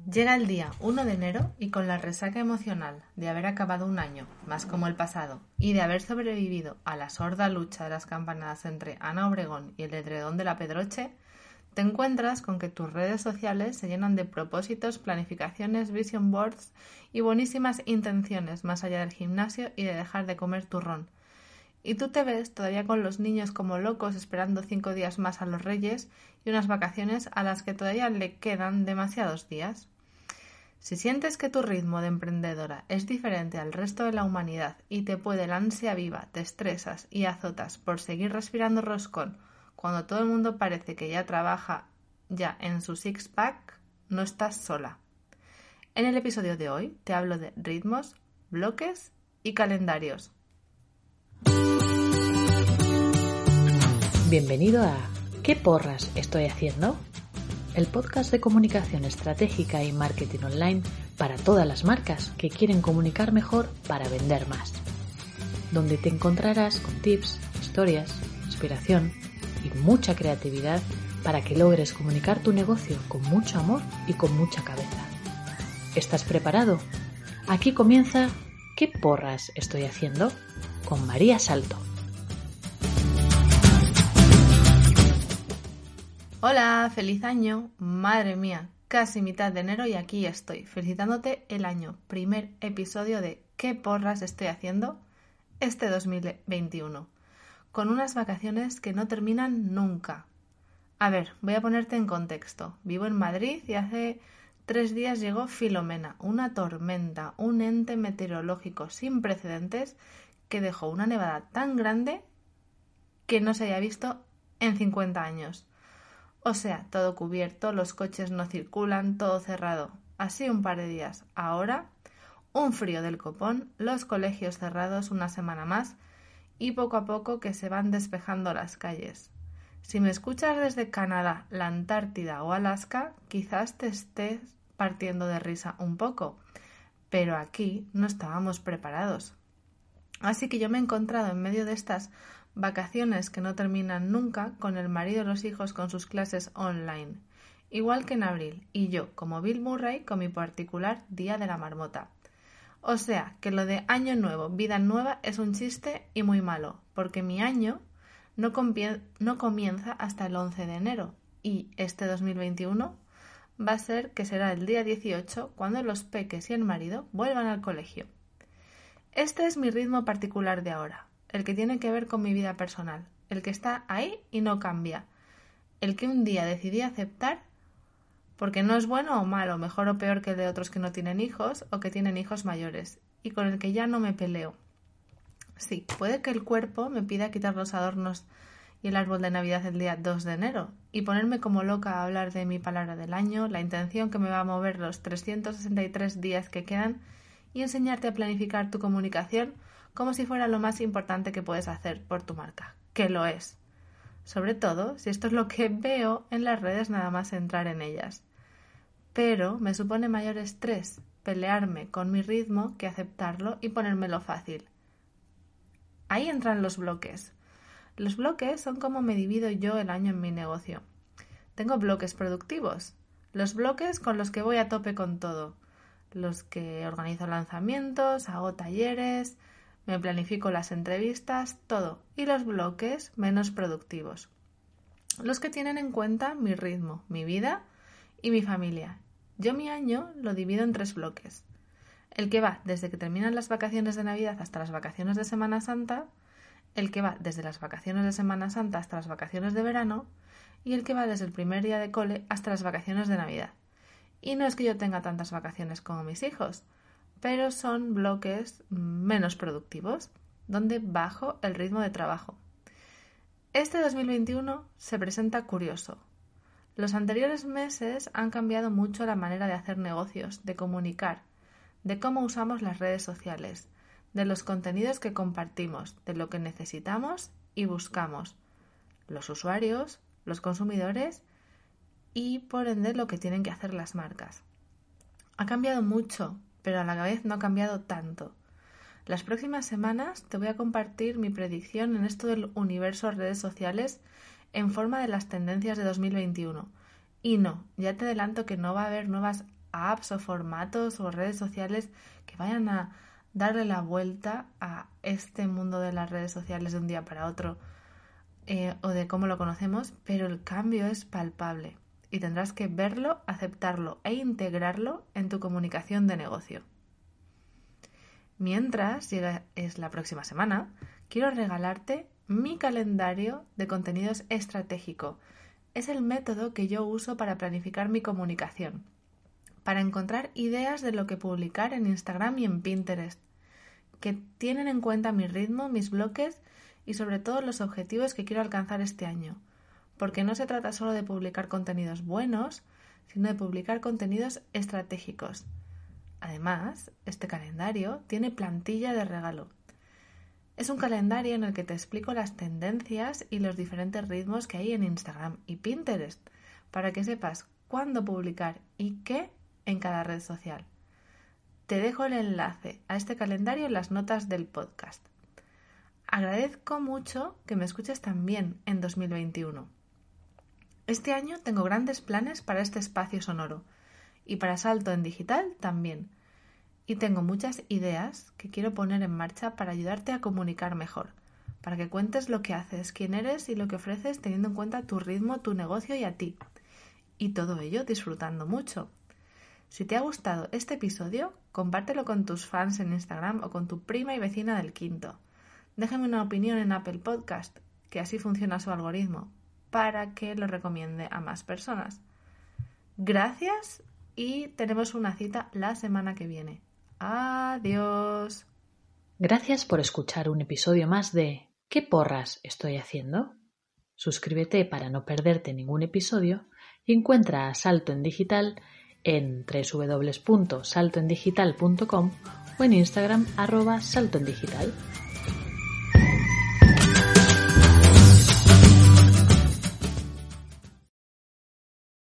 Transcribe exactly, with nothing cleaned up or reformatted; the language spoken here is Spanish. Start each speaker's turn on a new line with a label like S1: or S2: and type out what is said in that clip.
S1: Llega el día uno de enero y con la resaca emocional de haber acabado un año, más como el pasado, y de haber sobrevivido a la sorda lucha de las campanadas entre Ana Obregón y el edredón de la Pedroche, te encuentras con que tus redes sociales se llenan de propósitos, planificaciones, vision boards y buenísimas intenciones más allá del gimnasio y de dejar de comer turrón. Y tú te ves todavía con los niños como locos esperando cinco días más a los Reyes y unas vacaciones a las que todavía le quedan demasiados días. Si sientes que tu ritmo de emprendedora es diferente al resto de la humanidad y te puede la ansia viva, te estresas y azotas por seguir respirando roscón cuando todo el mundo parece que ya trabaja ya en su six-pack, no estás sola. En el episodio de hoy te hablo de ritmos, bloques y calendarios.
S2: Bienvenido a ¿Qué porras estoy haciendo? El podcast de comunicación estratégica y marketing online para todas las marcas que quieren comunicar mejor para vender más. Donde te encontrarás con tips, historias, inspiración y mucha creatividad para que logres comunicar tu negocio con mucho amor y con mucha cabeza. ¿Estás preparado? Aquí comienza ¿Qué porras estoy haciendo? Con María Salto.
S1: Hola, feliz año, madre mía, casi mitad de enero y aquí estoy, felicitándote el año, primer episodio de ¿Qué porras estoy haciendo? Este dos mil veintiuno, con unas vacaciones que no terminan nunca. A ver, voy a ponerte en contexto, vivo en Madrid y hace tres días llegó Filomena, una tormenta, un ente meteorológico sin precedentes que dejó una nevada tan grande que no se haya visto en cincuenta años. O sea, todo cubierto, los coches no circulan, todo cerrado. Así un par de días. Ahora, un frío del copón, los colegios cerrados una semana más y poco a poco que se van despejando las calles. Si me escuchas desde Canadá, la Antártida o Alaska, quizás te estés partiendo de risa un poco, pero aquí no estábamos preparados. Así que yo me he encontrado en medio de estas vacaciones que no terminan nunca, con el marido y los hijos con sus clases online, igual que en abril, y yo, como Bill Murray, con mi particular Día de la Marmota. O sea, que lo de año nuevo, vida nueva es un chiste y muy malo, porque mi año no, compie- no comienza hasta el once de enero, y este dos mil veintiuno va a ser que será el día dieciocho cuando los peques y el marido vuelvan al colegio. Este es mi ritmo particular de ahora, el que tiene que ver con mi vida personal, el que está ahí y no cambia, el que un día decidí aceptar porque no es bueno o malo, mejor o peor que el de otros que no tienen hijos o que tienen hijos mayores, y con el que ya no me peleo. Sí, puede que el cuerpo me pida quitar los adornos y el árbol de Navidad el día dos de enero y ponerme como loca a hablar de mi palabra del año, la intención que me va a mover los trescientos sesenta y tres días que quedan y enseñarte a planificar tu comunicación como si fuera lo más importante que puedes hacer por tu marca, que lo es. Sobre todo si esto es lo que veo en las redes nada más entrar en ellas. Pero me supone mayor estrés pelearme con mi ritmo que aceptarlo y ponérmelo fácil. Ahí entran los bloques. Los bloques son como me divido yo el año en mi negocio. Tengo bloques productivos, los bloques con los que voy a tope con todo, los que organizo lanzamientos, hago talleres, me planifico las entrevistas, todo, y los bloques menos productivos, los que tienen en cuenta mi ritmo, mi vida y mi familia. Yo mi año lo divido en tres bloques. El que va desde que terminan las vacaciones de Navidad hasta las vacaciones de Semana Santa, el que va desde las vacaciones de Semana Santa hasta las vacaciones de verano y el que va desde el primer día de cole hasta las vacaciones de Navidad. Y no es que yo tenga tantas vacaciones como mis hijos, pero son bloques menos productivos, donde bajo el ritmo de trabajo. Este dos mil veintiuno se presenta curioso. Los anteriores meses han cambiado mucho la manera de hacer negocios, de comunicar, de cómo usamos las redes sociales, de los contenidos que compartimos, de lo que necesitamos y buscamos, los usuarios, los consumidores y por ende lo que tienen que hacer las marcas. Ha cambiado mucho, pero a la vez no ha cambiado tanto. Las próximas semanas te voy a compartir mi predicción en esto del universo redes sociales en forma de las tendencias de dos mil veintiuno. Y no, ya te adelanto que no va a haber nuevas apps o formatos o redes sociales que vayan a darle la vuelta a este mundo de las redes sociales de un día para otro eh, o de cómo lo conocemos, pero el cambio es palpable y tendrás que verlo, aceptarlo e integrarlo en tu comunicación de negocio. Mientras llega es la próxima semana, quiero regalarte mi calendario de contenidos estratégico. Es el método que yo uso para planificar mi comunicación, para encontrar ideas de lo que publicar en Instagram y en Pinterest, que tienen en cuenta mi ritmo, mis bloques y sobre todo los objetivos que quiero alcanzar este año. Porque no se trata solo de publicar contenidos buenos, sino de publicar contenidos estratégicos. Además, este calendario tiene plantilla de regalo. Es un calendario en el que te explico las tendencias y los diferentes ritmos que hay en Instagram y Pinterest, para que sepas cuándo publicar y qué en cada red social. Te dejo el enlace a este calendario en las notas del podcast. Agradezco mucho que me escuches también en dos mil veintiuno. Este año tengo grandes planes para este espacio sonoro y para Salto en Digital también. Y tengo muchas ideas que quiero poner en marcha para ayudarte a comunicar mejor, para que cuentes lo que haces, quién eres y lo que ofreces teniendo en cuenta tu ritmo, tu negocio y a ti. Y todo ello disfrutando mucho. Si te ha gustado este episodio, compártelo con tus fans en Instagram o con tu prima y vecina del quinto. Déjame una opinión en Apple Podcast, que así funciona su algoritmo, para que lo recomiende a más personas. Gracias y tenemos una cita la semana que viene. Adiós.
S2: Gracias por escuchar un episodio más de ¿Qué porras estoy haciendo? Suscríbete para no perderte ningún episodio y encuentra a Salto en Digital en doble u doble u doble u punto salto en digital punto com o en Instagram arroba saltoendigital.